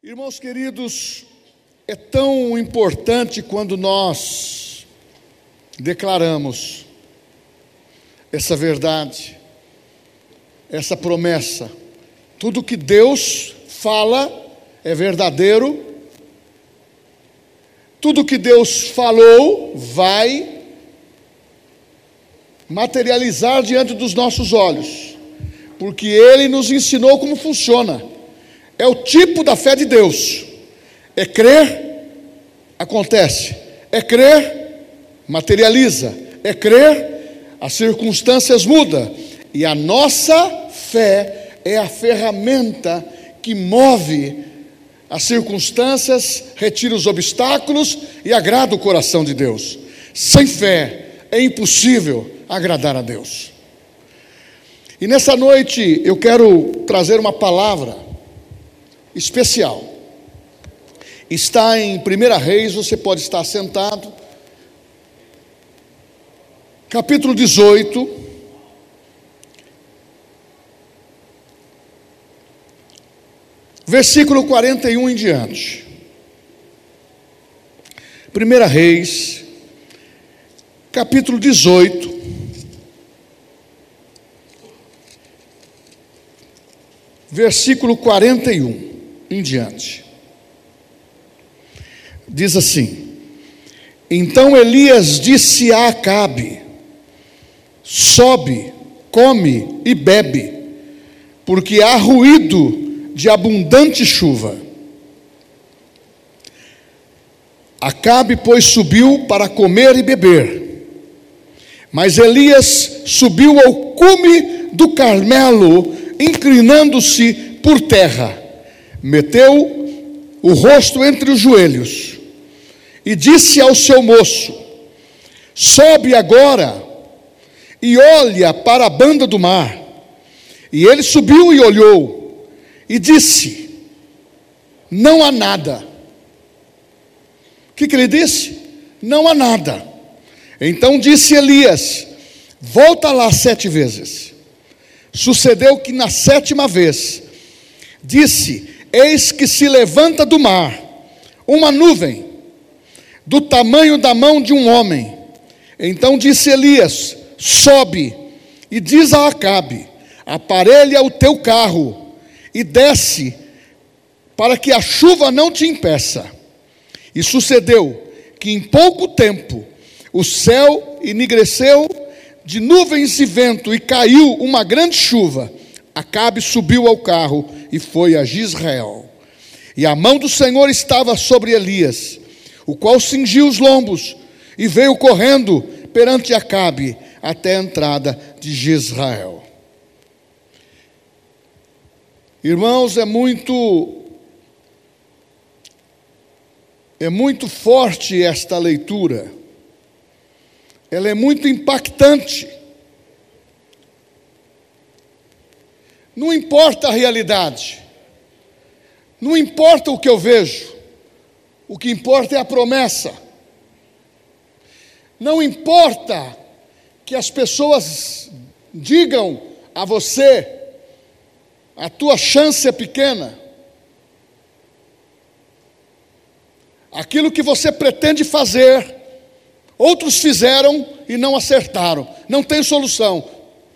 Irmãos queridos, é tão importante quando nós declaramos essa verdade, essa promessa. Tudo que Deus fala é verdadeiro, tudo que Deus falou vai materializar diante dos nossos olhos, porque Ele nos ensinou como funciona. É o tipo da fé de Deus. É crer, acontece. É crer, materializa. É crer, as circunstâncias mudam. E a nossa fé é a ferramenta que move as circunstâncias, retira os obstáculos e agrada o coração de Deus. Sem fé é impossível agradar a Deus. E nessa noite eu quero trazer uma palavra especial. Está em 1 Reis, você pode estar sentado, capítulo 18, versículo 41 em diante. 1 Reis, capítulo 18, versículo 41 em diante. Diz assim: Então Elias disse a Acabe: Sobe, come e bebe, porque há ruído de abundante chuva. Acabe, pois, subiu para comer e beber. Mas Elias subiu ao cume do Carmelo, inclinando-se por terra, meteu o rosto entre os joelhos e disse ao seu moço: Sobe agora e olha para a banda do mar. E ele subiu e olhou e disse: Não há nada. O que ele disse? Não há nada. Então disse Elias: Volta lá 7 vezes. Sucedeu que na 7ª vez disse: Eis que se levanta do mar uma nuvem do tamanho da mão de um homem. Então disse Elias: Sobe e diz a Acabe: Aparelha o teu carro e desce, para que a chuva não te impeça. E sucedeu que em pouco tempo o céu enegreceu de nuvens e vento, e caiu uma grande chuva. Acabe subiu ao carro e foi a Jezreel. E a mão do Senhor estava sobre Elias, o qual cingiu os lombos e veio correndo perante Acabe até a entrada de Jezreel. Irmãos, é muito forte esta leitura. Ela é muito impactante. Não importa a realidade, não importa o que eu vejo, o que importa é a promessa. Não importa que as pessoas digam a você: a tua chance é pequena. Aquilo que você pretende fazer, outros fizeram e não acertaram, não tem solução.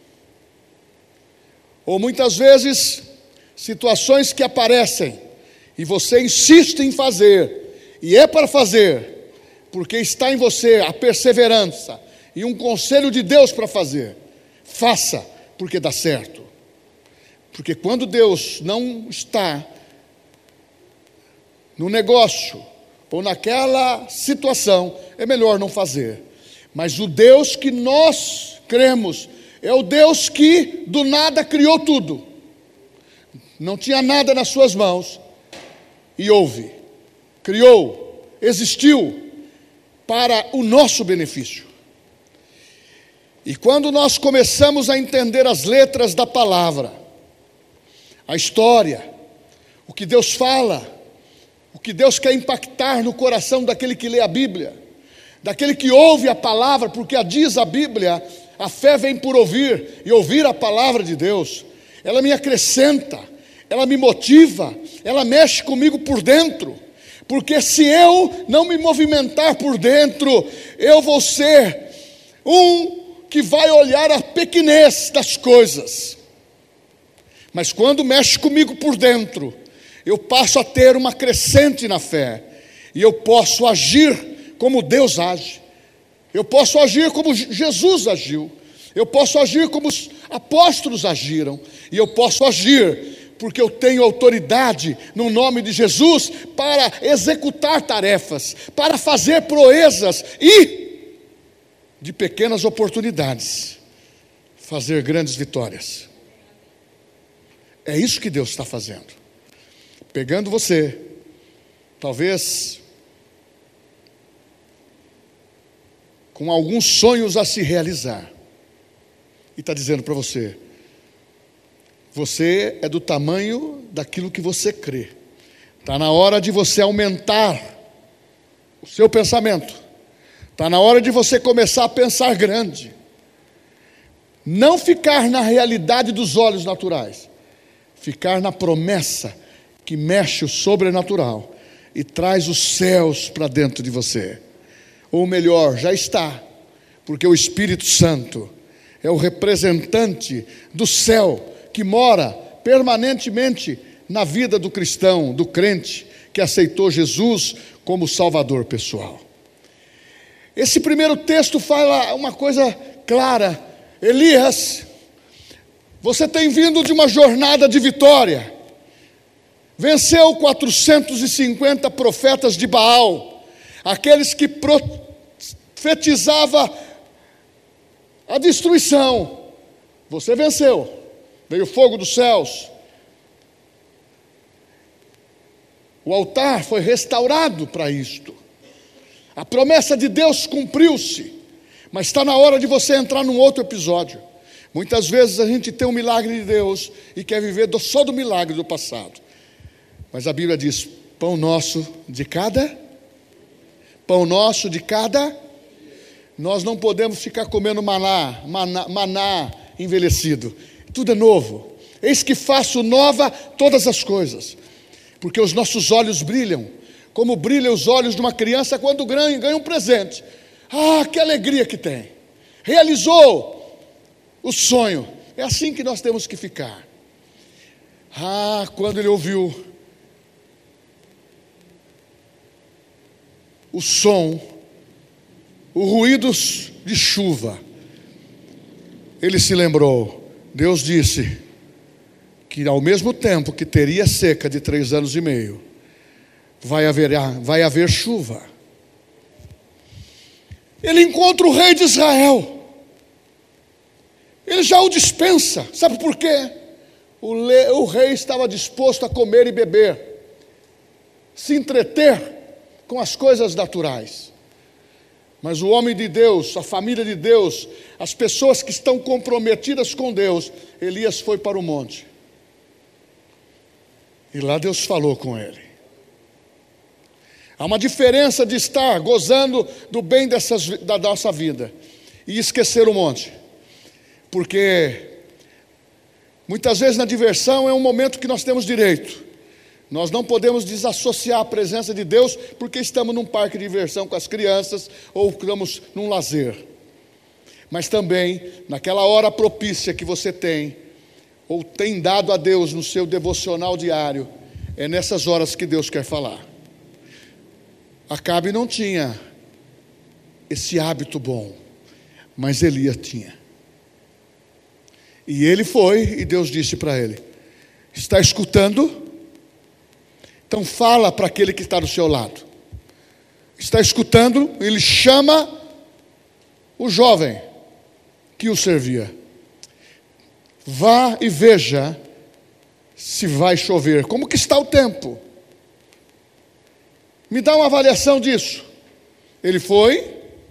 Ou muitas vezes, situações que aparecem e você insiste em fazer, e é para fazer, porque está em você a perseverança e um conselho de Deus para fazer. Faça, porque dá certo. Porque quando Deus não está no negócio ou naquela situação, é melhor não fazer. Mas o Deus que nós cremos é o Deus que do nada criou tudo. Não tinha nada nas suas mãos e houve, criou, existiu para o nosso benefício. E quando nós começamos a entender as letras da palavra, a história, o que Deus fala, o que Deus quer impactar no coração daquele que lê a Bíblia, daquele que ouve a palavra, porque diz a Bíblia: a fé vem por ouvir, e ouvir a palavra de Deus. Ela me acrescenta, ela me motiva, ela mexe comigo por dentro, porque se eu não me movimentar por dentro, eu vou ser que vai olhar a pequenez das coisas. Mas quando mexe comigo por dentro, eu passo a ter uma crescente na fé, e eu posso agir como Deus age, eu posso agir como Jesus agiu, eu posso agir como os apóstolos agiram, e eu posso agir porque eu tenho autoridade no nome de Jesus para executar tarefas, para fazer proezas e, de pequenas oportunidades, fazer grandes vitórias. É isso que Deus está fazendo. Pegando você, talvez com alguns sonhos a se realizar, e está dizendo para você: você é do tamanho daquilo que você crê. Está na hora de você aumentar o seu pensamento. Está na hora de você começar a pensar grande. Não ficar na realidade dos olhos naturais. Ficar na promessa que mexe o sobrenatural e traz os céus para dentro de você. Ou melhor, já está, porque o Espírito Santo é o representante do céu que mora permanentemente na vida do cristão, do crente que aceitou Jesus como Salvador pessoal. Esse primeiro texto fala uma coisa clara: Elias, você tem vindo de uma jornada de vitória, venceu 450 profetas de Baal, aqueles que profetizavam a destruição. Você venceu. Veio fogo dos céus. O altar foi restaurado para isto. A promessa de Deus cumpriu-se. Mas está na hora de você entrar num outro episódio. Muitas vezes a gente tem um milagre de Deus e quer viver só do milagre do passado. Mas a Bíblia diz: pão nosso de cada. Nós não podemos ficar comendo maná envelhecido. Tudo é novo. Eis que faço nova todas as coisas. Porque os nossos olhos brilham, como brilham os olhos de uma criança quando ganha um presente. Ah, que alegria que tem! Realizou o sonho. É assim que nós temos que ficar. Ah, quando ele ouviu o som, o ruído de chuva, ele se lembrou. Deus disse que ao mesmo tempo que teria seca de 3 anos e meio, vai haver chuva. Ele encontra o rei de Israel. Ele já o dispensa. Sabe por quê? O rei estava disposto a comer e beber, se entreter com as coisas naturais. Mas o homem de Deus, a família de Deus, as pessoas que estão comprometidas com Deus, Elias foi para o monte. E lá Deus falou com ele. Há uma diferença de estar gozando do bem da nossa vida e esquecer o monte. Porque muitas vezes na diversão é um momento que nós temos direito. Nós não podemos desassociar a presença de Deus porque estamos num parque de diversão com as crianças ou estamos num lazer. Mas também, naquela hora propícia que você tem, ou tem dado a Deus no seu devocional diário, é nessas horas que Deus quer falar. Acabe não tinha esse hábito bom, mas Elias tinha. E ele foi, e Deus disse para ele: está escutando? Então fala para aquele que está do seu lado. Está escutando? Ele chama o jovem que o servia. Vá e veja se vai chover. Como que está o tempo? Me dá uma avaliação disso. Ele foi.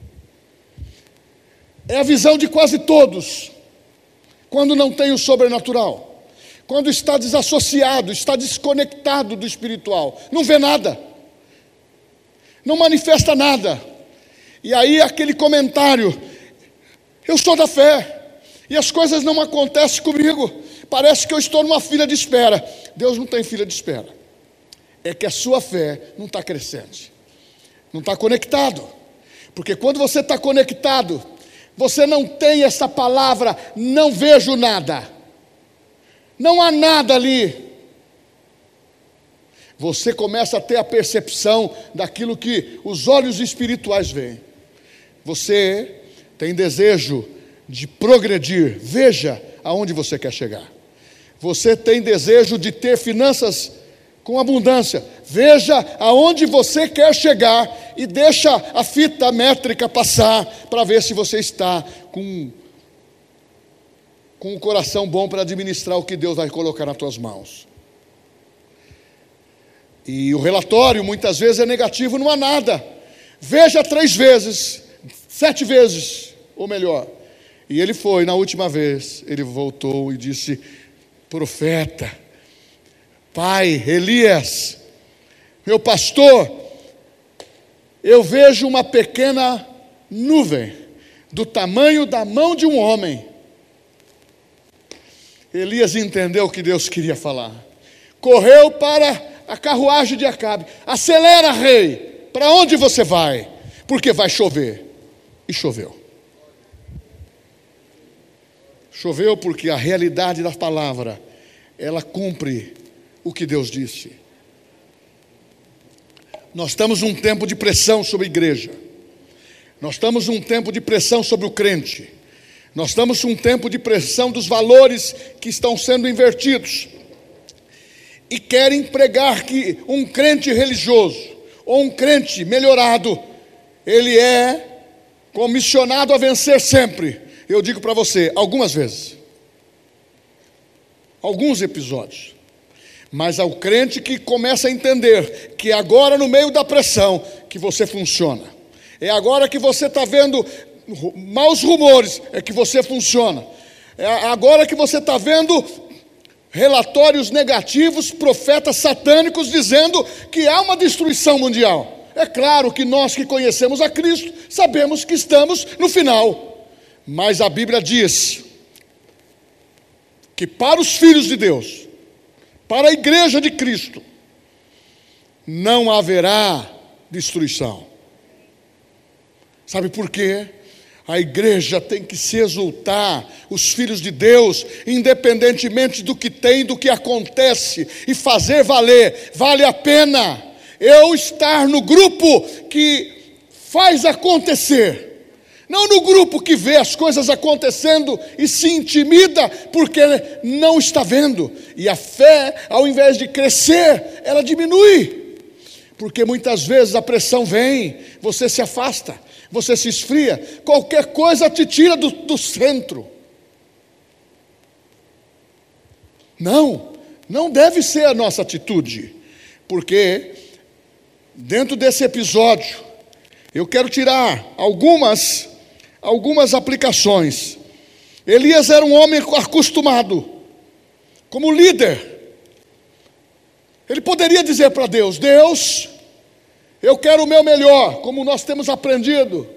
É a visão de quase todos, quando não tem o sobrenatural. Quando está desassociado, está desconectado do espiritual, não vê nada, não manifesta nada. E aí aquele comentário: eu sou da fé, e as coisas não acontecem comigo, Parece que eu estou numa fila de espera. Deus não tem fila de espera. É que a sua fé não está crescente. Não está conectado. Porque quando você está conectado, você não tem essa palavra, não vejo nada. Não há nada ali. Você começa a ter a percepção daquilo que os olhos espirituais veem. Você tem desejo de progredir. Veja aonde você quer chegar. Você tem desejo de ter finanças com abundância. Veja aonde você quer chegar e deixa a fita métrica passar para ver se você está com um coração bom para administrar o que Deus vai colocar nas tuas mãos. E o relatório muitas vezes é negativo, não há nada. Veja 3 vezes, 7 vezes, ou melhor. E ele foi, na última vez, ele voltou e disse: profeta, pai, Elias, meu pastor, eu vejo uma pequena nuvem, do tamanho da mão de um homem. Elias entendeu o que Deus queria falar. Correu para a carruagem de Acabe. Acelera, rei, para onde você vai? Porque vai chover. E choveu. Choveu porque a realidade da palavra, ela cumpre o que Deus disse. Nós estamos num tempo de pressão sobre a igreja. Nós estamos num tempo de pressão sobre o crente. Nós estamos num tempo de pressão dos valores que estão sendo invertidos. E querem pregar que um crente religioso, ou um crente melhorado, ele é comissionado a vencer sempre. Eu digo para você, algumas vezes. Alguns episódios. Mas ao crente que começa a entender que agora no meio da pressão que você funciona. É agora que você está vendo maus rumores, é que você funciona. É agora que você está vendo relatórios negativos, profetas satânicos dizendo que há uma destruição mundial. É claro que nós que conhecemos a Cristo sabemos que estamos no final. Mas a Bíblia diz que para os filhos de Deus, para a igreja de Cristo, não haverá destruição. Sabe por quê? A igreja tem que se exultar, os filhos de Deus, independentemente do que tem, do que acontece, e fazer valer. Vale a pena eu estar no grupo que faz acontecer. Não no grupo que vê as coisas acontecendo e se intimida porque não está vendo. E a fé, ao invés de crescer, ela diminui. Porque muitas vezes a pressão vem, você se afasta, você se esfria, qualquer coisa te tira do centro. Não deve ser a nossa atitude. Porque dentro desse episódio, eu quero tirar algumas aplicações. Elias era um homem acostumado, como líder. Ele poderia dizer para Deus: Deus, eu quero o meu melhor, como nós temos aprendido.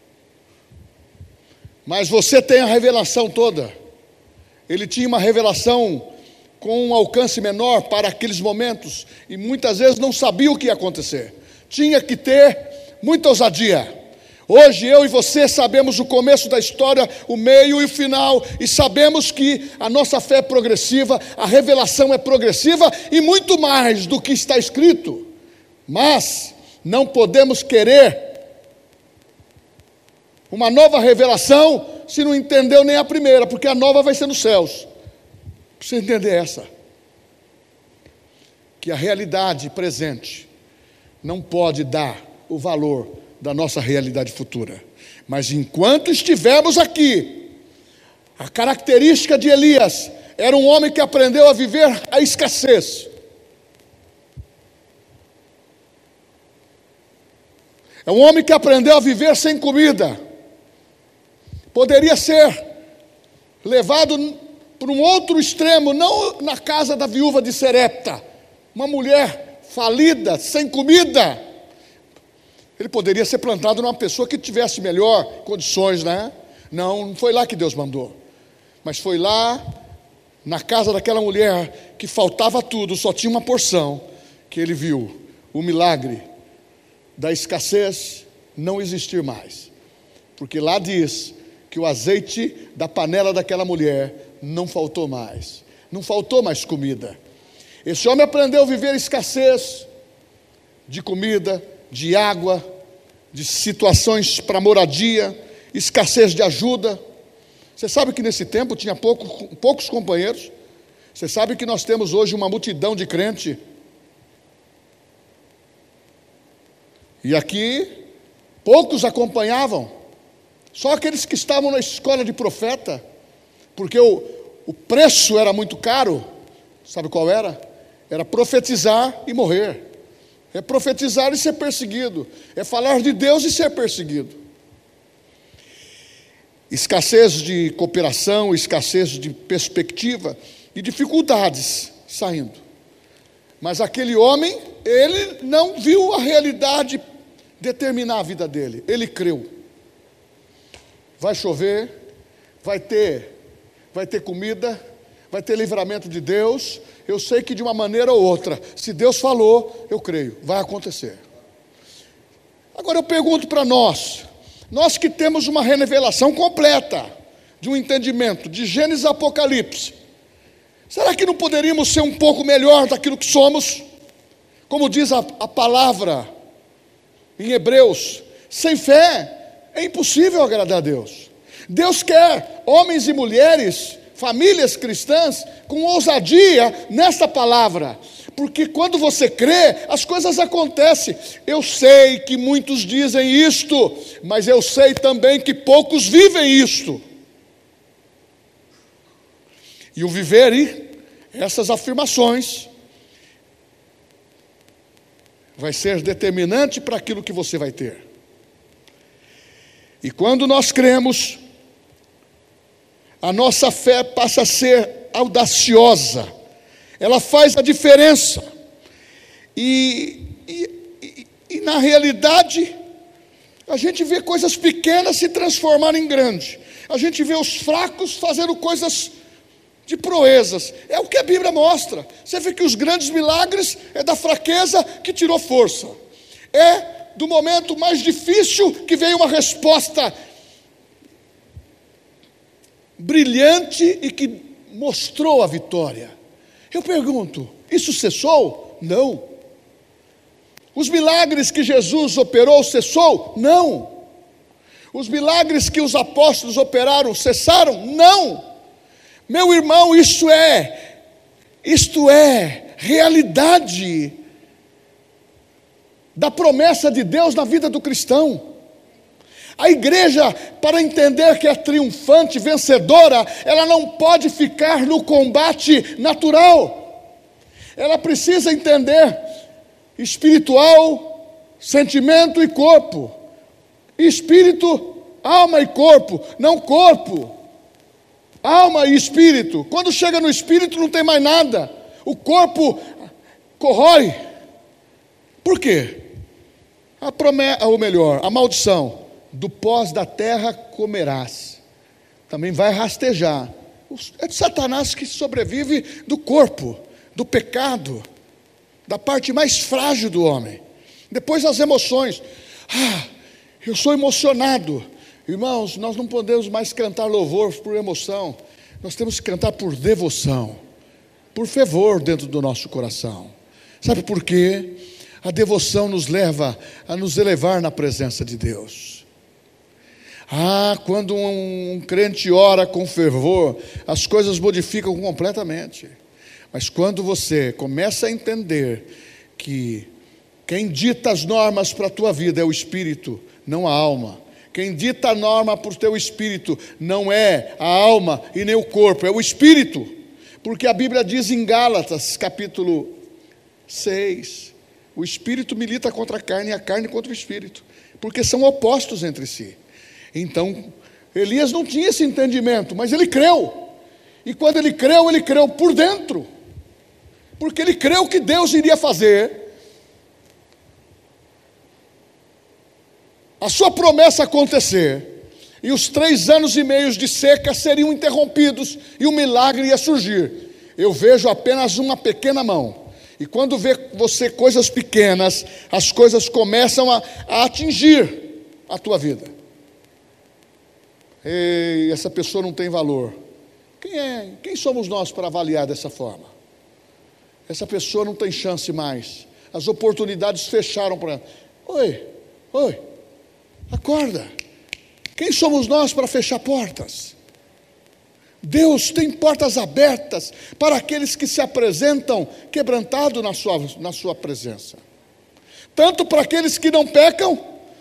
Mas você tem a revelação toda. Ele tinha uma revelação com um alcance menor para aqueles momentos, e muitas vezes não sabia o que ia acontecer. Tinha que ter muita ousadia. Hoje eu e você sabemos o começo da história, o meio e o final, e sabemos que a nossa fé é progressiva, a revelação é progressiva, e muito mais do que está escrito. Mas não podemos querer uma nova revelação se não entendeu nem a primeira, porque a nova vai ser nos céus. Precisa entender essa. Que a realidade presente não pode dar o valor da nossa realidade futura. Mas enquanto estivermos aqui, a característica de Elias era um homem que aprendeu a viver a escassez. É um homem que aprendeu a viver sem comida. Poderia ser levado para um outro extremo, não na casa da viúva de Serepta, uma mulher falida, sem comida. Ele poderia ser plantado numa pessoa que tivesse melhor condições, né? Não foi lá que Deus mandou. Mas foi lá, na casa daquela mulher que faltava tudo, só tinha uma porção, que ele viu o milagre da escassez não existir mais. Porque lá diz que o azeite da panela daquela mulher não faltou mais. Não faltou mais comida. Esse homem aprendeu a viver escassez de comida, de água, de situações para moradia, escassez de ajuda. Você sabe que nesse tempo tinha poucos companheiros. Você sabe que nós temos hoje uma multidão de crente. E aqui, poucos acompanhavam. Só aqueles que estavam na escola de profeta. Porque o preço era muito caro. Sabe qual era? Era profetizar e morrer. É profetizar e ser perseguido. É falar de Deus e ser perseguido. Escassez de cooperação, escassez de perspectiva e dificuldades saindo. Mas aquele homem, ele não viu a realidade determinar a vida dele. Ele creu. Vai chover, vai ter comida, vai ter livramento de Deus. Eu sei que de uma maneira ou outra, se Deus falou, eu creio, vai acontecer. Agora eu pergunto para nós que temos uma revelação completa, de um entendimento, de Gênesis a Apocalipse, será que não poderíamos ser um pouco melhor daquilo que somos? Como diz a palavra em Hebreus, sem fé é impossível agradar a Deus. Deus quer homens e mulheres, famílias cristãs, com ousadia nesta palavra, porque quando você crê, as coisas acontecem. Eu sei que muitos dizem isto, mas eu sei também que poucos vivem isto. E o viver essas afirmações vai ser determinante para aquilo que você vai ter. E quando nós cremos, a nossa fé passa a ser audaciosa, ela faz a diferença, e na realidade, a gente vê coisas pequenas se transformarem em grandes, a gente vê os fracos fazendo coisas de proezas, é o que a Bíblia mostra. Você vê que os grandes milagres é da fraqueza que tirou força, é do momento mais difícil que veio uma resposta brilhante e que mostrou a vitória. Eu pergunto, isso cessou? Não. Os milagres que Jesus operou cessou? Não. Os milagres que os apóstolos operaram cessaram? Não. Meu irmão, isto é realidade da promessa de Deus na vida do cristão. A igreja, para entender que é triunfante, vencedora, ela não pode ficar no combate natural. Ela precisa entender espiritual, sentimento e corpo. Espírito, alma e corpo, não corpo. Alma e espírito. Quando chega no espírito não tem mais nada. O corpo corrói. Por quê? A maldição. Do pós da terra comerás. Também vai rastejar. É de Satanás que sobrevive do corpo, do pecado, da parte mais frágil do homem. Depois as emoções. Eu sou emocionado. Irmãos, nós não podemos mais cantar louvor por emoção. Nós temos que cantar por devoção, por fervor dentro do nosso coração. Sabe por quê? A devoção nos leva a nos elevar na presença de Deus. Quando um crente ora com fervor, as coisas modificam completamente. Mas quando você começa a entender que quem dita as normas para a tua vida é o Espírito, não a alma. Quem dita a norma para o teu Espírito não é a alma e nem o corpo, é o Espírito. Porque a Bíblia diz em Gálatas, capítulo 6, o Espírito milita contra a carne e a carne contra o Espírito, porque são opostos entre si. Então, Elias não tinha esse entendimento, mas ele creu. E quando ele creu por dentro. Porque ele creu que Deus iria fazer a sua promessa acontecer. E os 3 anos e meio de seca seriam interrompidos e o milagre ia surgir. Eu vejo apenas uma pequena mão. E quando vê você coisas pequenas, as coisas começam a atingir a tua vida. Ei, essa pessoa não tem valor. Quem somos nós para avaliar dessa forma? Essa pessoa não tem chance mais. As oportunidades fecharam para ela. Oi, acorda. Quem somos nós para fechar portas? Deus tem portas abertas para aqueles que se apresentam quebrantados na sua presença. Tanto para aqueles que não pecam,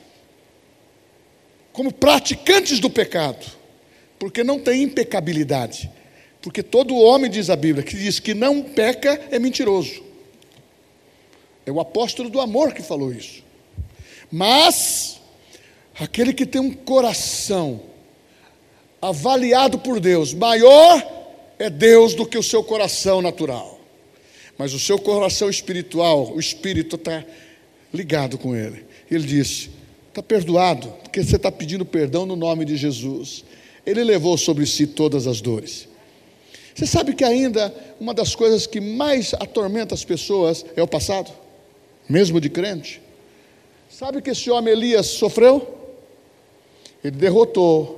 como praticantes do pecado. Porque não tem impecabilidade. Porque todo homem, diz a Bíblia, que diz que não peca é mentiroso. É o apóstolo do amor que falou isso. Mas aquele que tem um coração avaliado por Deus, maior é Deus do que o seu coração natural. Mas o seu coração espiritual, o espírito está ligado com ele. Ele disse: está perdoado, porque você está pedindo perdão no nome de Jesus. Ele levou sobre si todas as dores. Você sabe que ainda uma das coisas que mais atormenta as pessoas é o passado, mesmo de crente. Sabe que esse homem Elias sofreu? Ele derrotou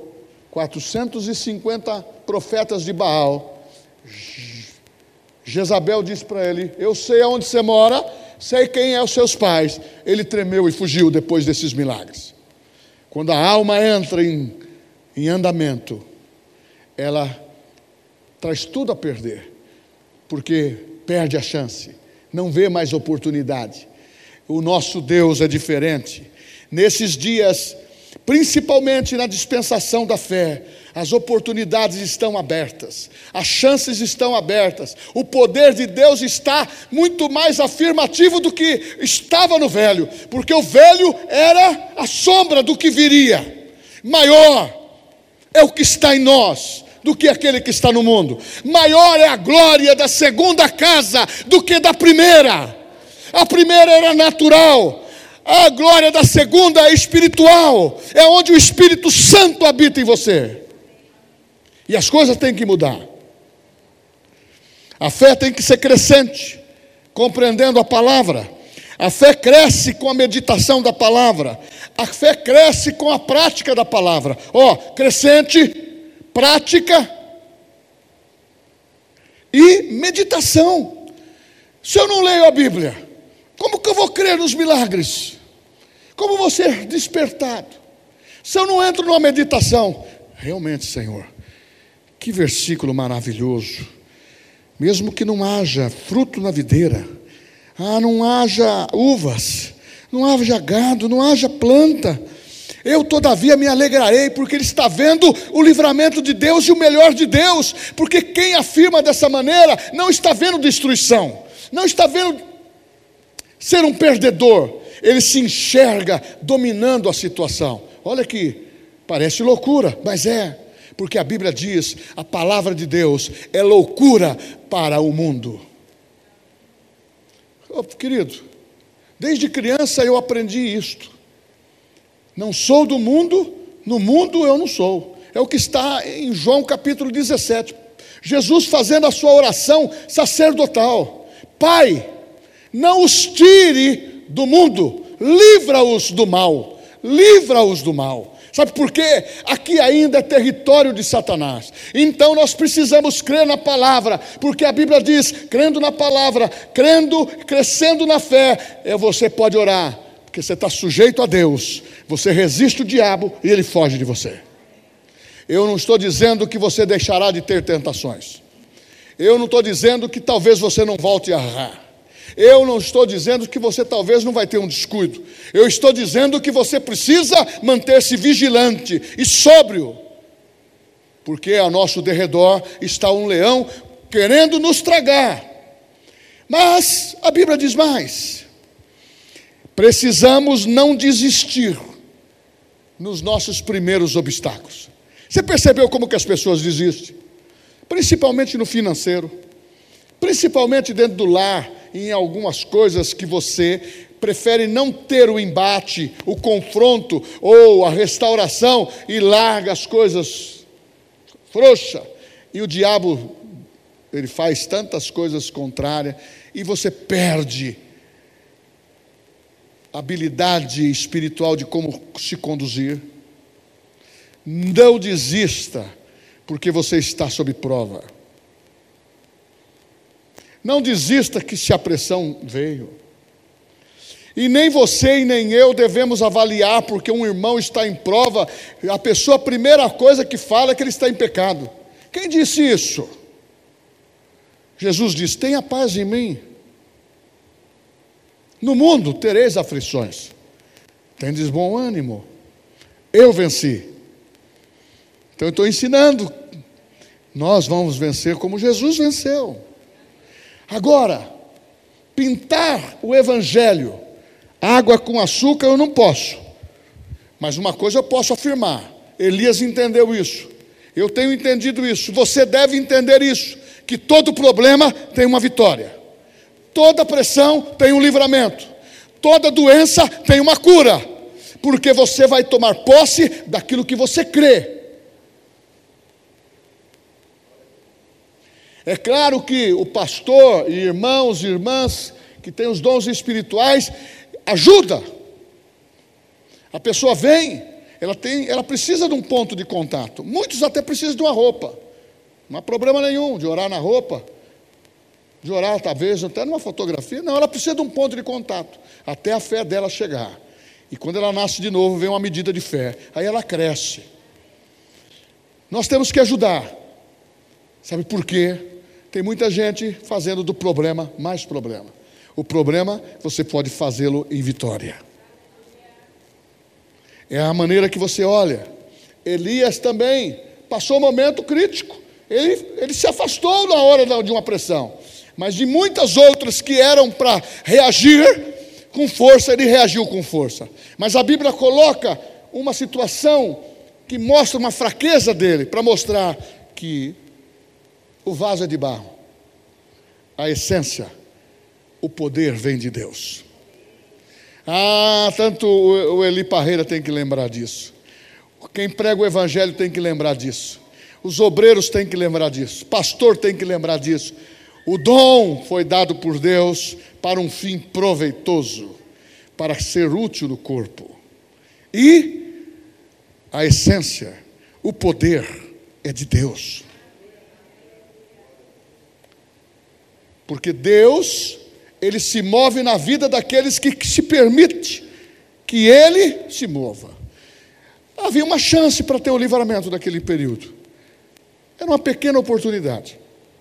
450 profetas de Baal. Jezabel disse para ele: eu sei aonde você mora, sei quem é os seus pais. Ele tremeu e fugiu depois desses milagres. Quando a alma entra em andamento, ela traz tudo a perder, porque perde a chance, não vê mais oportunidade. O nosso Deus é diferente. Nesses dias, principalmente na dispensação da fé, as oportunidades estão abertas, as chances estão abertas, o poder de Deus está muito mais afirmativo do que estava no velho, porque o velho era a sombra do que viria. Maior é o que está em nós do que aquele que está no mundo. Maior é a glória da segunda casa do que da primeira. A primeira era natural, a glória da segunda é espiritual, é onde o Espírito Santo habita em você. E as coisas têm que mudar. A fé tem que ser crescente, compreendendo a palavra. A fé cresce com a meditação da palavra. A fé cresce com a prática da palavra. Crescente, prática e meditação. Se eu não leio a Bíblia, como que eu vou crer nos milagres? Como vou ser despertado? Se eu não entro numa meditação, realmente, Senhor, que versículo maravilhoso. Mesmo que não haja fruto na videira, não haja uvas, não haja gado, não haja planta, eu todavia me alegrarei, porque ele está vendo o livramento de Deus e o melhor de Deus. Porque quem afirma dessa maneira não está vendo destruição, não está vendo ser um perdedor. Ele se enxerga dominando a situação. Olha aqui, parece loucura, mas é, porque a Bíblia diz: a palavra de Deus é loucura para o mundo. Querido, desde criança eu aprendi isto. Não sou do mundo, no mundo eu não sou. É o que está em João capítulo 17. Jesus fazendo a sua oração sacerdotal: Pai, não os tire do mundo, livra-os do mal, livra-os do mal. Sabe por quê? Aqui ainda é território de Satanás. Então nós precisamos crer na palavra, porque a Bíblia diz: crendo na palavra, crendo, crescendo na fé, você pode orar, porque você está sujeito a Deus. Você resiste o diabo e ele foge de você. Eu não estou dizendo que você deixará de ter tentações. Eu não estou dizendo que talvez você não volte a errar. Eu não estou dizendo que você talvez não vai ter um descuido. Eu estou dizendo que você precisa manter-se vigilante e sóbrio, porque ao nosso derredor está um leão querendo nos tragar. Mas a Bíblia diz mais: precisamos não desistir nos nossos primeiros obstáculos. Você percebeu como que as pessoas desistem? Principalmente no financeiro, principalmente dentro do lar, em algumas coisas que você prefere não ter o embate, o confronto ou a restauração e larga as coisas frouxa. E o diabo, ele faz tantas coisas contrárias e você perde a habilidade espiritual de como se conduzir. Não desista, porque você está sob prova. Não desista que se a pressão veio. E nem você e nem eu devemos avaliar porque um irmão está em prova. A primeira coisa que fala é que ele está em pecado. Quem disse isso? Jesus diz: tenha paz em mim. No mundo tereis aflições. Tendes bom ânimo. Eu venci. Então eu estou ensinando. Nós vamos vencer como Jesus venceu. Agora, pintar o evangelho, água com açúcar eu não posso. Mas uma coisa eu posso afirmar. Elias entendeu isso. Eu tenho entendido isso. Você deve entender isso. Que todo problema tem uma vitória. Toda pressão tem um livramento. Toda doença tem uma cura. Porque você vai tomar posse daquilo que você crê. É claro que o pastor e irmãos e irmãs que têm os dons espirituais ajuda. A pessoa vem, ela precisa de um ponto de contato. Muitos até precisam de uma roupa. Não há problema nenhum de orar na roupa, de orar talvez até numa fotografia. Não, ela precisa de um ponto de contato, até a fé dela chegar. E quando ela nasce de novo, vem uma medida de fé. Aí ela cresce. Nós temos que ajudar. Sabe por quê? Tem muita gente fazendo do problema mais problema. O problema, você pode fazê-lo em vitória. É a maneira que você olha. Elias também passou um momento crítico. Ele se afastou na hora de uma pressão. Mas de muitas outras que eram para reagir com força, ele reagiu com força. Mas a Bíblia coloca uma situação que mostra uma fraqueza dele, para mostrar que o vaso é de barro. A essência, o poder vem de Deus. Tanto o Eli Parreira tem que lembrar disso. Quem prega o evangelho tem que lembrar disso. Os obreiros têm que lembrar disso. Pastor tem que lembrar disso. O dom foi dado por Deus para um fim proveitoso, para ser útil no corpo. E a essência, o poder é de Deus. Porque Deus, Ele se move na vida daqueles que se permite que Ele se mova. Havia uma chance para ter o livramento daquele período. Era uma pequena oportunidade.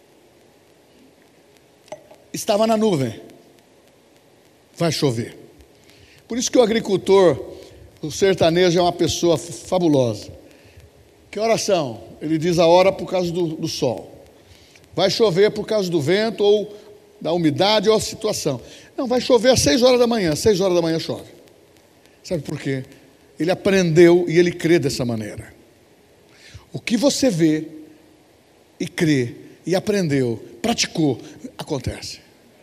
Estava na nuvem. Vai chover. Por isso que o agricultor, o sertanejo é uma pessoa fabulosa. Que oração? Ele diz a hora por causa do sol. Vai chover por causa do vento ou da umidade ou a situação. Não, vai chover às 6 horas da manhã. 6 horas da manhã chove. Sabe por quê? Ele aprendeu e ele crê dessa maneira. O que você vê e crê e aprendeu, praticou, acontece.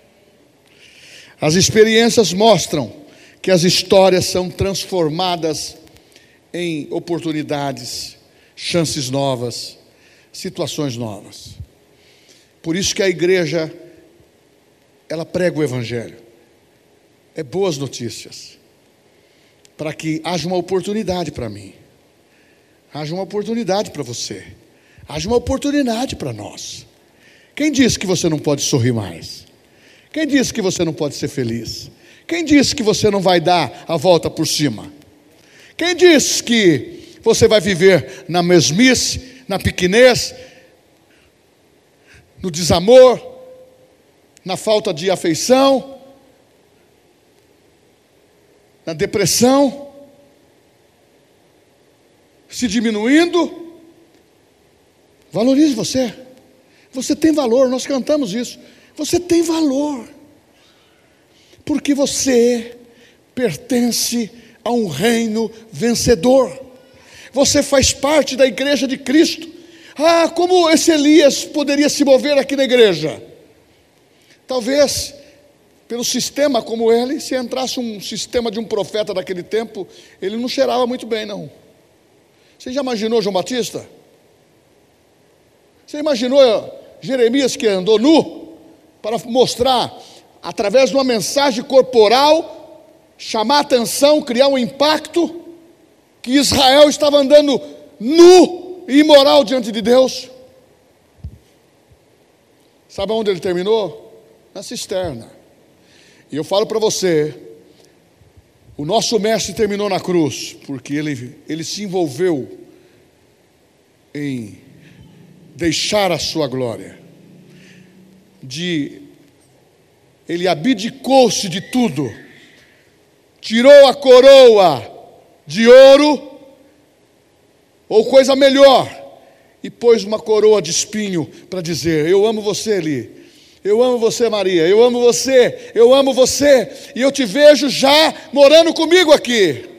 As experiências mostram que as histórias são transformadas em oportunidades, chances novas, situações novas. Por isso que a igreja, ela prega o evangelho. É boas notícias. Para que haja uma oportunidade para mim. Haja uma oportunidade para você. Haja uma oportunidade para nós. Quem disse que você não pode sorrir mais? Quem disse que você não pode ser feliz? Quem disse que você não vai dar a volta por cima? Quem disse que você vai viver na mesmice, na pequenez, no desamor, na falta de afeição, na depressão, se diminuindo? Valorize você. Você tem valor, nós cantamos isso. Você tem valor. Porque você pertence a um reino vencedor. Você faz parte da igreja de Cristo. Como esse Elias poderia se mover aqui na igreja? Talvez pelo sistema como ele, se entrasse um sistema de um profeta daquele tempo, ele não cheirava muito bem, não. Você já imaginou João Batista? Você imaginou Jeremias, que andou nu, para mostrar, através de uma mensagem corporal, chamar a atenção, criar um impacto, que Israel estava andando nu e imoral diante de Deus? Sabe onde ele terminou? Na cisterna. E eu falo para você, o nosso mestre terminou na cruz, porque ele se envolveu em deixar a sua glória. Ele abdicou-se de tudo, tirou a coroa de ouro, ou coisa melhor, e pôs uma coroa de espinho para dizer: eu amo você, Eli, eu amo você, Maria, eu amo você, e eu te vejo já morando comigo aqui.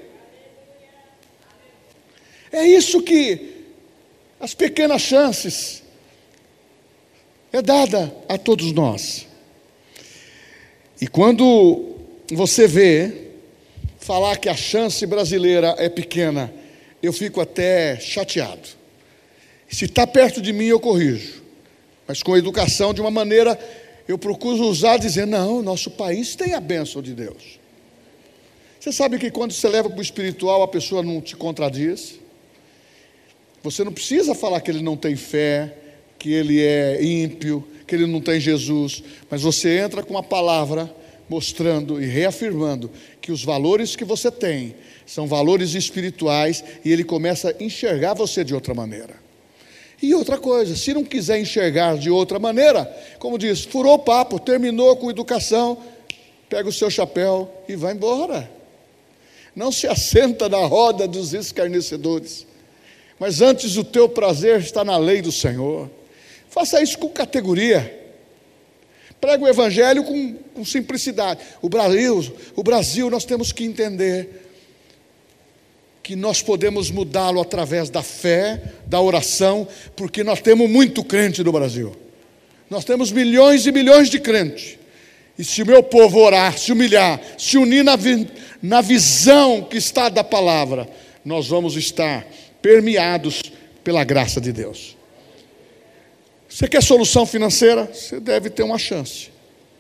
É isso que as pequenas chances é dada a todos nós. E quando você vê falar que a chance brasileira é pequena, eu fico até chateado. Se está perto de mim, eu corrijo, mas com educação, de uma maneira, eu procuro usar, dizer: não, nosso país tem a bênção de Deus. Você sabe que quando você leva para o espiritual, a pessoa não te contradiz. Você não precisa falar que ele não tem fé, que ele é ímpio, que ele não tem Jesus, mas você entra com a palavra mostrando e reafirmando que os valores que você tem são valores espirituais, e ele começa a enxergar você de outra maneira. E outra coisa, se não quiser enxergar de outra maneira, como diz, furou o papo, terminou com educação, pega o seu chapéu e vai embora. Não se assenta na roda dos escarnecedores, mas antes o teu prazer está na lei do Senhor. Faça isso com categoria. Prega o evangelho com simplicidade. O Brasil, nós temos que entender que nós podemos mudá-lo através da fé, da oração, porque nós temos muito crente no Brasil. Nós temos milhões e milhões de crentes. E se o meu povo orar, se humilhar, se unir na visão que está da palavra, nós vamos estar permeados pela graça de Deus. Você quer solução financeira? Você deve ter uma chance.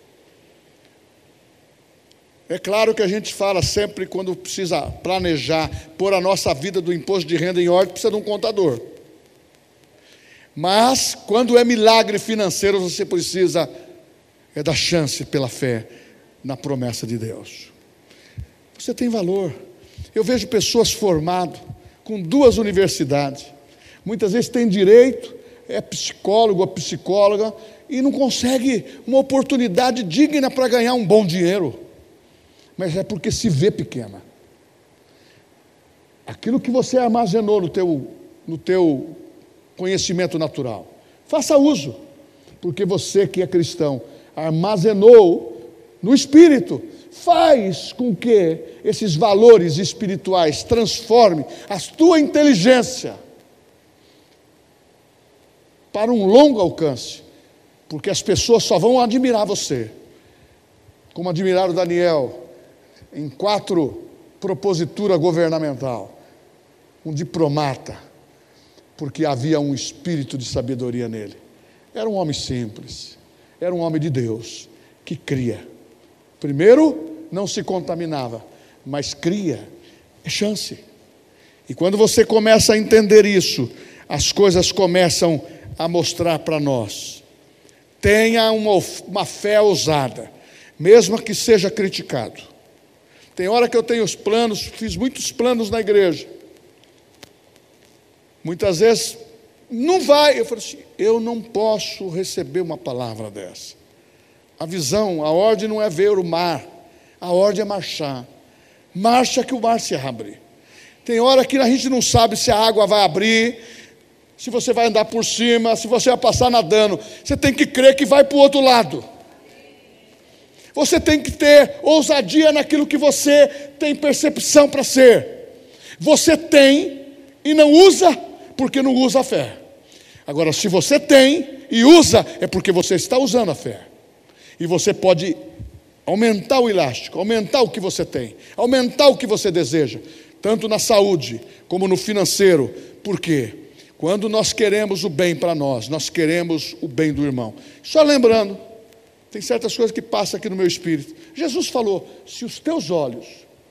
É claro que a gente fala sempre, quando precisa planejar, pôr a nossa vida do imposto de renda em ordem, precisa de um contador. Mas, quando é milagre financeiro, você precisa da chance pela fé na promessa de Deus. Você tem valor. Eu vejo pessoas formadas com 2 universidades, muitas vezes tem direito, é psicólogo ou psicóloga, e não consegue uma oportunidade digna para ganhar um bom dinheiro. Mas é porque se vê pequena. Aquilo que você armazenou no teu conhecimento natural, faça uso, porque você que é cristão, armazenou no Espírito, faz com que esses valores espirituais transformem a tua inteligência para um longo alcance, porque as pessoas só vão admirar você, como admiraram Daniel, em 4 propositura governamental, um diplomata, porque havia um espírito de sabedoria nele. Era um homem simples, era um homem de Deus, que cria. Primeiro, não se contaminava, mas cria, é chance. E quando você começa a entender isso, as coisas começam a mostrar para nós. Tenha uma fé ousada, mesmo que seja criticado. Tem hora que eu tenho os planos, fiz muitos planos na igreja. Muitas vezes, não vai. Eu falo assim, eu não posso receber uma palavra dessa. A visão, a ordem não é ver o mar, a ordem é marchar. Marcha que o mar se abre. Tem hora que a gente não sabe se a água vai abrir, se você vai andar por cima, se você vai passar nadando. Você tem que crer que vai para o outro lado. Você tem que ter ousadia naquilo que você tem percepção para ser. Você tem e não usa, porque não usa a fé. Agora, se você tem e usa, é porque você está usando a fé. E você pode aumentar o elástico, aumentar o que você tem, aumentar o que você deseja, tanto na saúde como no financeiro. Por quê? Quando nós queremos o bem para nós queremos o bem do irmão. Só lembrando, tem certas coisas que passam aqui no meu espírito. Jesus falou: se os teus olhos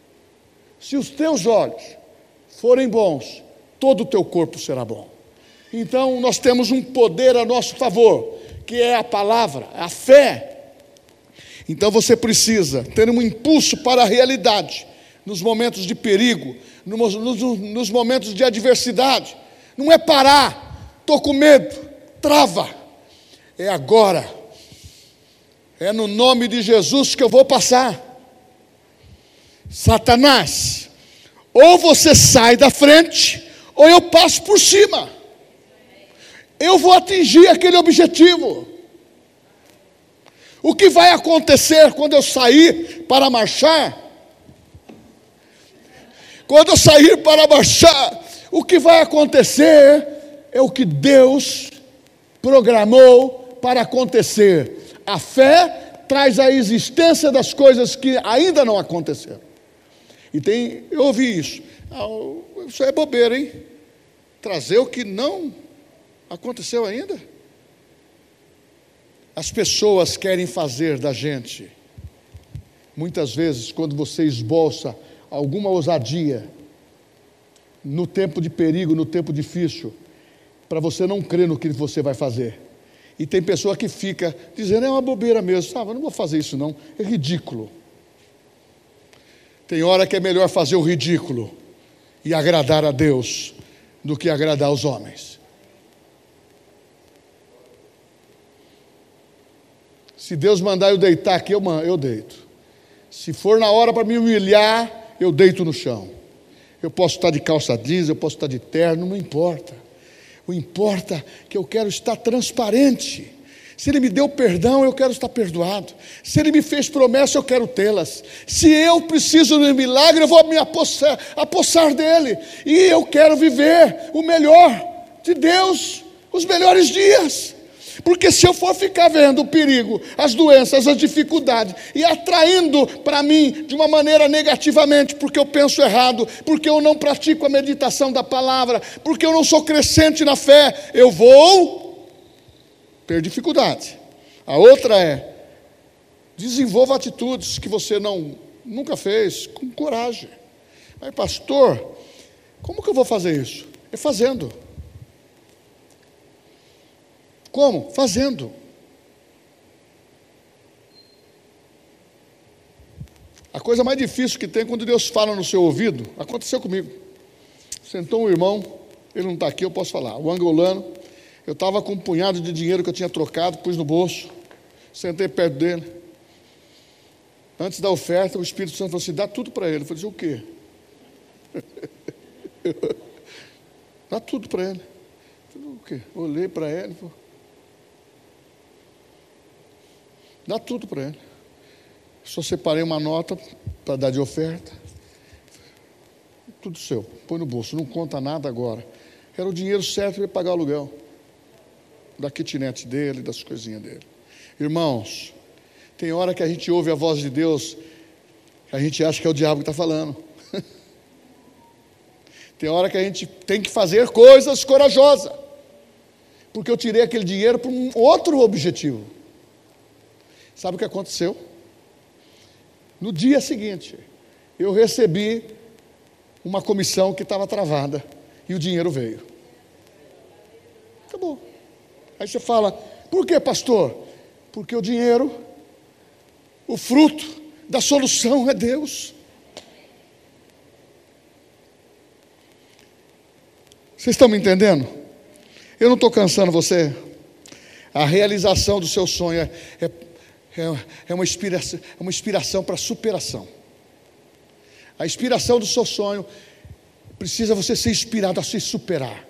forem bons, todo o teu corpo será bom. Então nós temos um poder a nosso favor, que é a palavra, a fé. Então você precisa ter um impulso para a realidade, nos momentos de perigo, nos momentos de adversidade. Não é parar, estou com medo, trava. É agora, é no nome de Jesus que eu vou passar. Satanás, ou você sai da frente, ou eu passo por cima. Eu vou atingir aquele objetivo. O que vai acontecer quando eu sair para marchar? Quando eu sair para marchar, o que vai acontecer é o que Deus programou para acontecer. A fé traz a existência das coisas que ainda não aconteceram. E eu ouvi isso. Isso é bobeira, hein? Trazer o que não aconteceu ainda. As pessoas querem fazer da gente, muitas vezes, quando você esboça alguma ousadia, no tempo de perigo, no tempo difícil, para você não crer no que você vai fazer. E tem pessoa que fica dizendo: é uma bobeira mesmo, sabe? Eu não vou fazer isso não, é ridículo. Tem hora que é melhor fazer o ridículo e agradar a Deus do que agradar aos homens. Se Deus mandar eu deitar aqui, eu deito. Se for na hora para me humilhar, eu deito no chão. Eu posso estar de calça jeans, eu posso estar de terno, não importa. O importa é que eu quero estar transparente. Se Ele me deu perdão, eu quero estar perdoado. Se Ele me fez promessa, eu quero tê-las. Se eu preciso de um milagre, eu vou me apossar dele. E eu quero viver o melhor de Deus, os melhores dias. Porque se eu for ficar vendo o perigo, as doenças, as dificuldades, e atraindo para mim de uma maneira negativamente, porque eu penso errado, porque eu não pratico a meditação da palavra, porque eu não sou crescente na fé, eu vou ter dificuldade. A outra é: desenvolva atitudes que você nunca fez, com coragem. Mas pastor, como que eu vou fazer isso? É fazendo. Como? Fazendo. A coisa mais difícil que tem é quando Deus fala no seu ouvido. Aconteceu comigo. Sentou um irmão, ele não está aqui, eu posso falar, o angolano. Eu estava com um punhado de dinheiro que eu tinha trocado, pus no bolso, sentei perto dele. Antes da oferta, o Espírito Santo falou assim: dá tudo para ele. Eu falei: o quê? Dá tudo para ele. Eu falei: o quê? Olhei para ele e falei: dá tudo para ele. Só separei uma nota para dar de oferta. Tudo seu, põe no bolso, não conta nada agora. Era o dinheiro certo para pagar o aluguel da kitnet dele, das coisinhas dele. Irmãos, tem hora que a gente ouve a voz de Deus, a gente acha que é o diabo que está falando. Tem hora que a gente tem que fazer coisas corajosas, porque eu tirei aquele dinheiro para um outro objetivo. Sabe o que aconteceu? No dia seguinte, eu recebi uma comissão que estava travada e o dinheiro veio. Acabou. Aí você fala: por que, pastor? Porque o dinheiro, o fruto da solução é Deus. Vocês estão me entendendo? Eu não estou cansando você. A realização do seu sonho é uma inspiração para superação. A inspiração do seu sonho precisa você ser inspirado a se superar,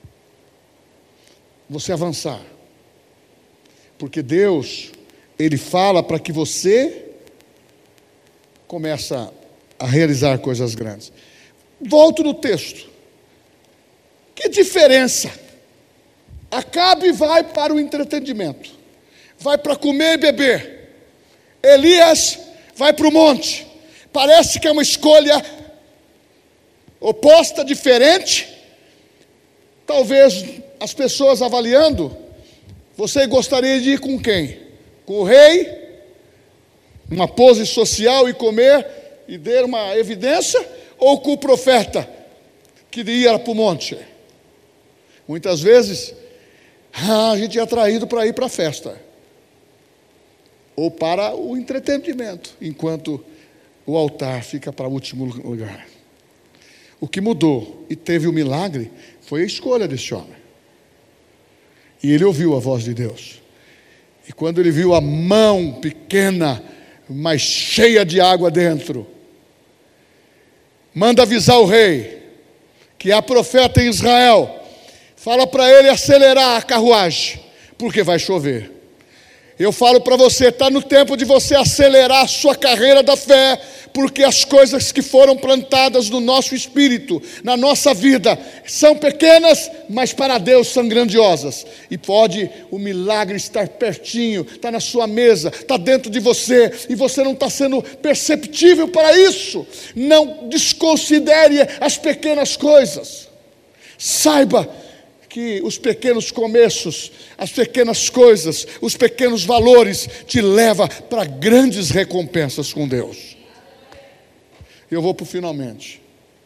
você avançar, porque Deus, Ele fala para que você comece a realizar coisas grandes. Volto no texto. Que diferença? Acabe vai para o entretenimento, vai para comer e beber. Elias vai para o monte. Parece que é uma escolha oposta, diferente. Talvez as pessoas avaliando, você gostaria de ir com quem? Com o rei, uma pose social e comer e dar uma evidência, ou com o profeta que ia para o monte? Muitas vezes a gente é atraído para ir para a festa ou para o entretenimento, enquanto o altar fica para o último lugar. O que mudou e teve o milagre foi a escolha desse homem. E ele ouviu a voz de Deus. E quando ele viu a mão pequena, mas cheia de água dentro, manda avisar o rei, que há profeta em Israel, fala para ele acelerar a carruagem, porque vai chover. Eu falo para você, está no tempo de você acelerar a sua carreira da fé, porque as coisas que foram plantadas no nosso espírito, na nossa vida, são pequenas, mas para Deus são grandiosas. E pode o milagre estar pertinho, está na sua mesa, está dentro de você, e você não está sendo perceptível para isso. Não desconsidere as pequenas coisas. Saiba que os pequenos começos, as pequenas coisas, os pequenos valores te levam para grandes recompensas com Deus. Eu vou para o finalmente.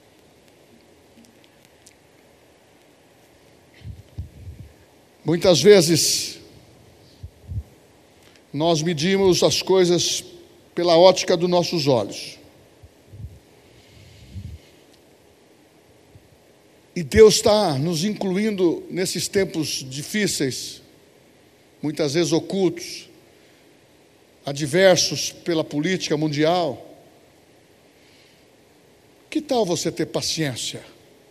Muitas vezes nós medimos as coisas pela ótica dos nossos olhos. E Deus está nos incluindo nesses tempos difíceis, muitas vezes ocultos, adversos pela política mundial. Que tal você ter paciência?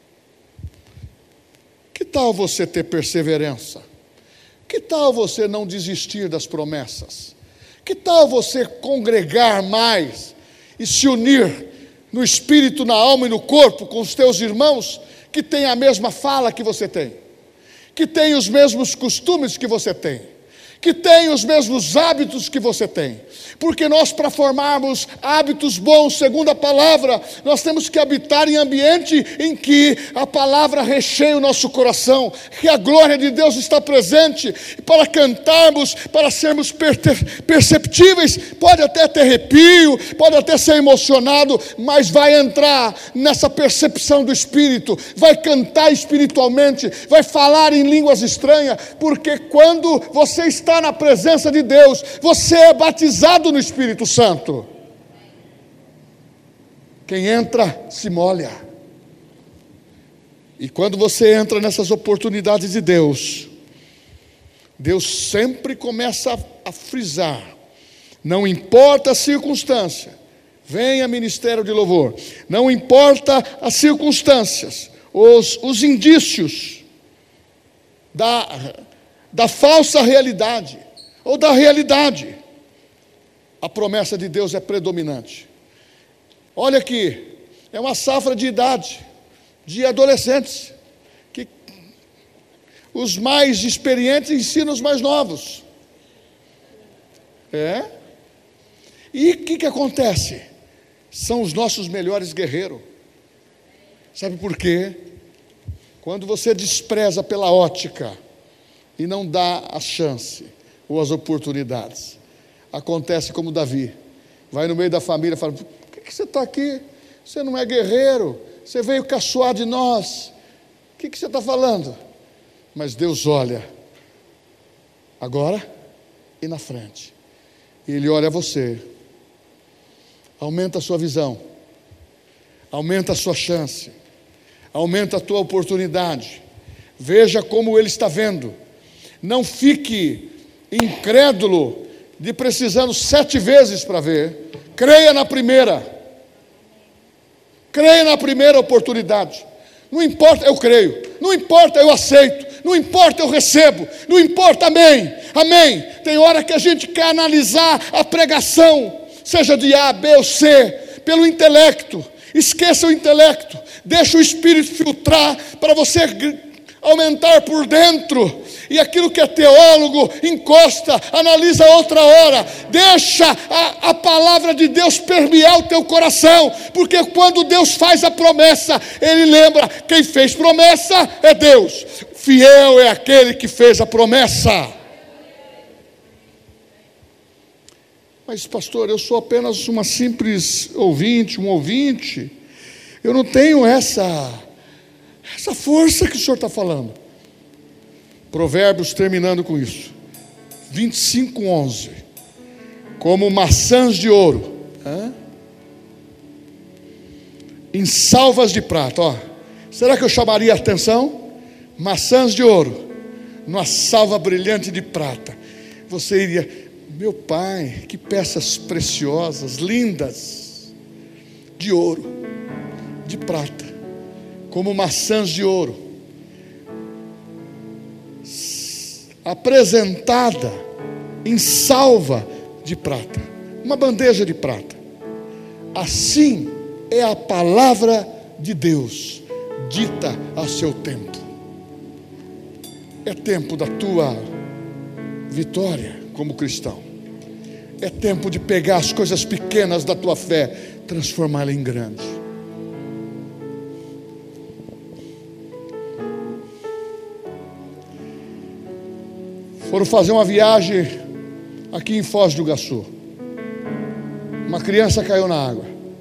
Que tal você ter perseverança? Que tal você não desistir das promessas? Que tal você congregar mais e se unir no espírito, na alma e no corpo com os teus irmãos que têm a mesma fala que você tem, que têm os mesmos costumes que você tem, que têm os mesmos hábitos que você tem? Porque nós, para formarmos hábitos bons, segundo a palavra, nós temos que habitar em ambiente em que a palavra recheia o nosso coração, que a glória de Deus está presente, e para cantarmos, para sermos perceptíveis, pode até ter arrepio, pode até ser emocionado, mas vai entrar nessa percepção do Espírito, vai cantar espiritualmente, vai falar em línguas estranhas, porque quando você está na presença de Deus, você é batizado no Espírito Santo. Quem entra se molha. E quando você entra nessas oportunidades de Deus, Deus sempre começa a frisar: não importa a circunstância, venha ministério de louvor, não importa as circunstâncias, os indícios da falsa realidade ou da realidade, a promessa de Deus é predominante. Olha aqui, é uma safra de idade, de adolescentes, que os mais experientes ensinam os mais novos. E o que acontece? São os nossos melhores guerreiros. Sabe por quê? Quando você despreza pela ótica e não dá a chance ou as oportunidades, acontece como Davi, vai no meio da família e fala: por que você está aqui? Você não é guerreiro, você veio caçoar de nós, o que você está falando? Mas Deus olha agora e na frente, e Ele olha você, aumenta a sua visão, aumenta a sua chance, aumenta a tua oportunidade, veja como Ele está vendo, não fique incrédulo de precisando 7 vezes para ver, creia na primeira oportunidade, não importa, eu creio, não importa, eu aceito, não importa, eu recebo, não importa, amém, amém. Tem hora que a gente quer analisar a pregação, seja de A, B ou C, pelo intelecto. Esqueça o intelecto, deixa o Espírito filtrar para você aumentar por dentro E aquilo que é teólogo, encosta, analisa outra hora. Deixa a palavra de Deus permear o teu coração, porque quando Deus faz a promessa, Ele lembra, quem fez promessa é Deus. Fiel é aquele que fez a promessa. Mas pastor, eu sou apenas uma simples ouvinte, um ouvinte. Eu não tenho essa força que o senhor está falando. Provérbios, terminando com isso, 25:11. Como maçãs de ouro, em salvas de prata. Ó, será que eu chamaria a atenção? Maçãs de ouro, numa salva brilhante de prata. Você iria, meu pai, que peças preciosas, lindas, de ouro, de prata, como maçãs de ouro, apresentada em salva de prata, uma bandeja de prata. Assim é a palavra de Deus, dita a seu tempo. É tempo da tua vitória como cristão. É tempo de pegar as coisas pequenas da tua fé, transformá-la em grande. Foram fazer uma viagem aqui em Foz do Iguaçu. Uma criança caiu na água.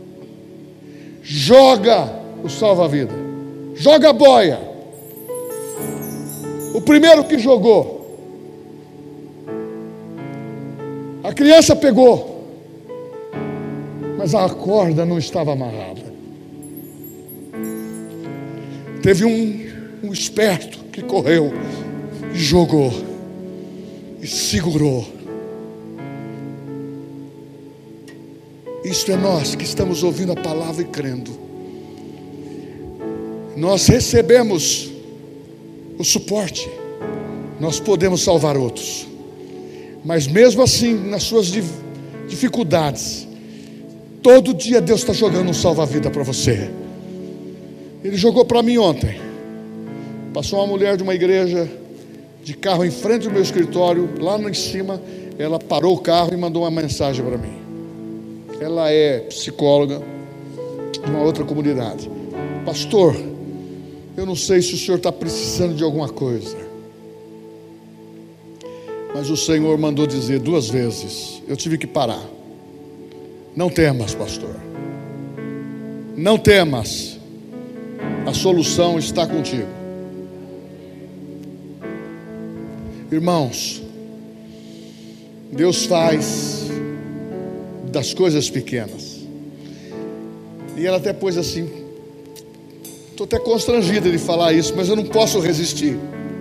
Joga o salva-vida, joga a boia. O primeiro que jogou, a criança pegou, mas a corda não estava amarrada. Teve um esperto que correu e jogou e segurou. Isto é nós que estamos ouvindo a palavra e crendo. Nós recebemos o suporte, nós podemos salvar outros. Mas mesmo assim, nas suas dificuldades, todo dia Deus está jogando um salva-vida para você. Ele jogou para mim ontem. Passou uma mulher de uma igreja de carro em frente do meu escritório, lá em cima. Ela parou o carro e mandou uma mensagem para mim. Ela é psicóloga de uma outra comunidade. Pastor, eu não sei se o senhor está precisando de alguma coisa, mas o Senhor mandou dizer 2 vezes. Eu tive que parar. Não temas, pastor. Não temas. A solução está contigo. Irmãos, Deus faz das coisas pequenas. E ela até pôs assim, estou até constrangida de falar isso, mas eu não posso resistir.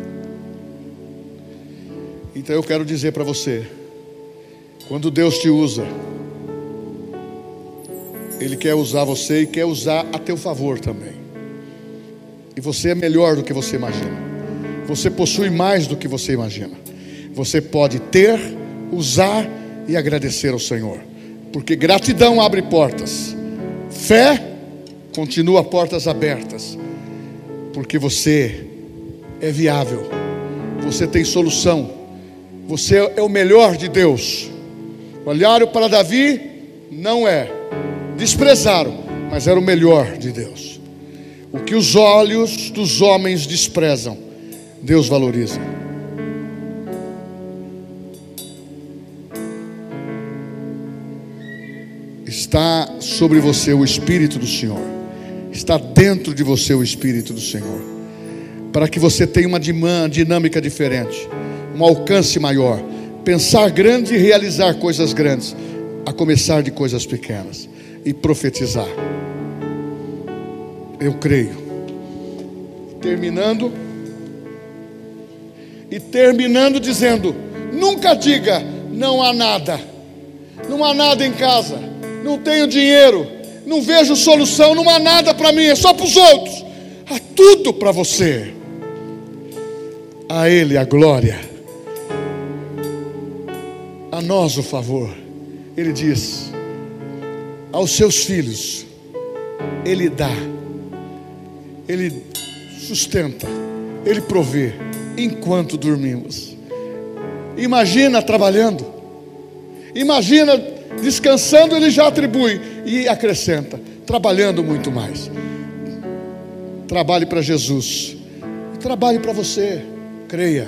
Então eu quero dizer para você, quando Deus te usa, Ele quer usar você e quer usar a teu favor também. E você é melhor do que você imagina. Você possui mais do que você imagina. Você pode ter, usar e agradecer ao Senhor. Porque gratidão abre portas. Fé continua portas abertas. Porque você é viável. Você tem solução. Você é o melhor de Deus. Olharam para Davi, não é. Desprezaram, mas era o melhor de Deus. O que os olhos dos homens desprezam, Deus valoriza. Está sobre você o Espírito do Senhor. Está dentro de você o Espírito do Senhor. Para que você tenha uma dinâmica diferente, um alcance maior, pensar grande e realizar coisas grandes, a começar de coisas pequenas, e profetizar. Eu creio. Terminando dizendo, nunca diga, não há nada em casa, não tenho dinheiro, não vejo solução, não há nada para mim, é só para os outros. Há tudo para você. A Ele a glória, a nós o favor. Ele diz, aos seus filhos Ele dá, Ele sustenta, Ele provê, enquanto dormimos. Imagina trabalhando, imagina descansando, Ele já atribui e acrescenta, trabalhando muito mais. Trabalhe para Jesus, trabalhe para você, creia.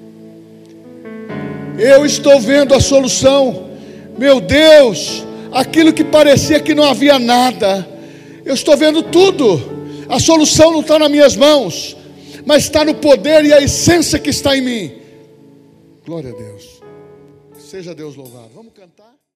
Eu estou vendo a solução, meu Deus, aquilo que parecia que não havia nada, eu estou vendo tudo. A solução não está nas minhas mãos, mas está no poder e a essência que está em mim. Glória a Deus, seja Deus louvado. Vamos cantar?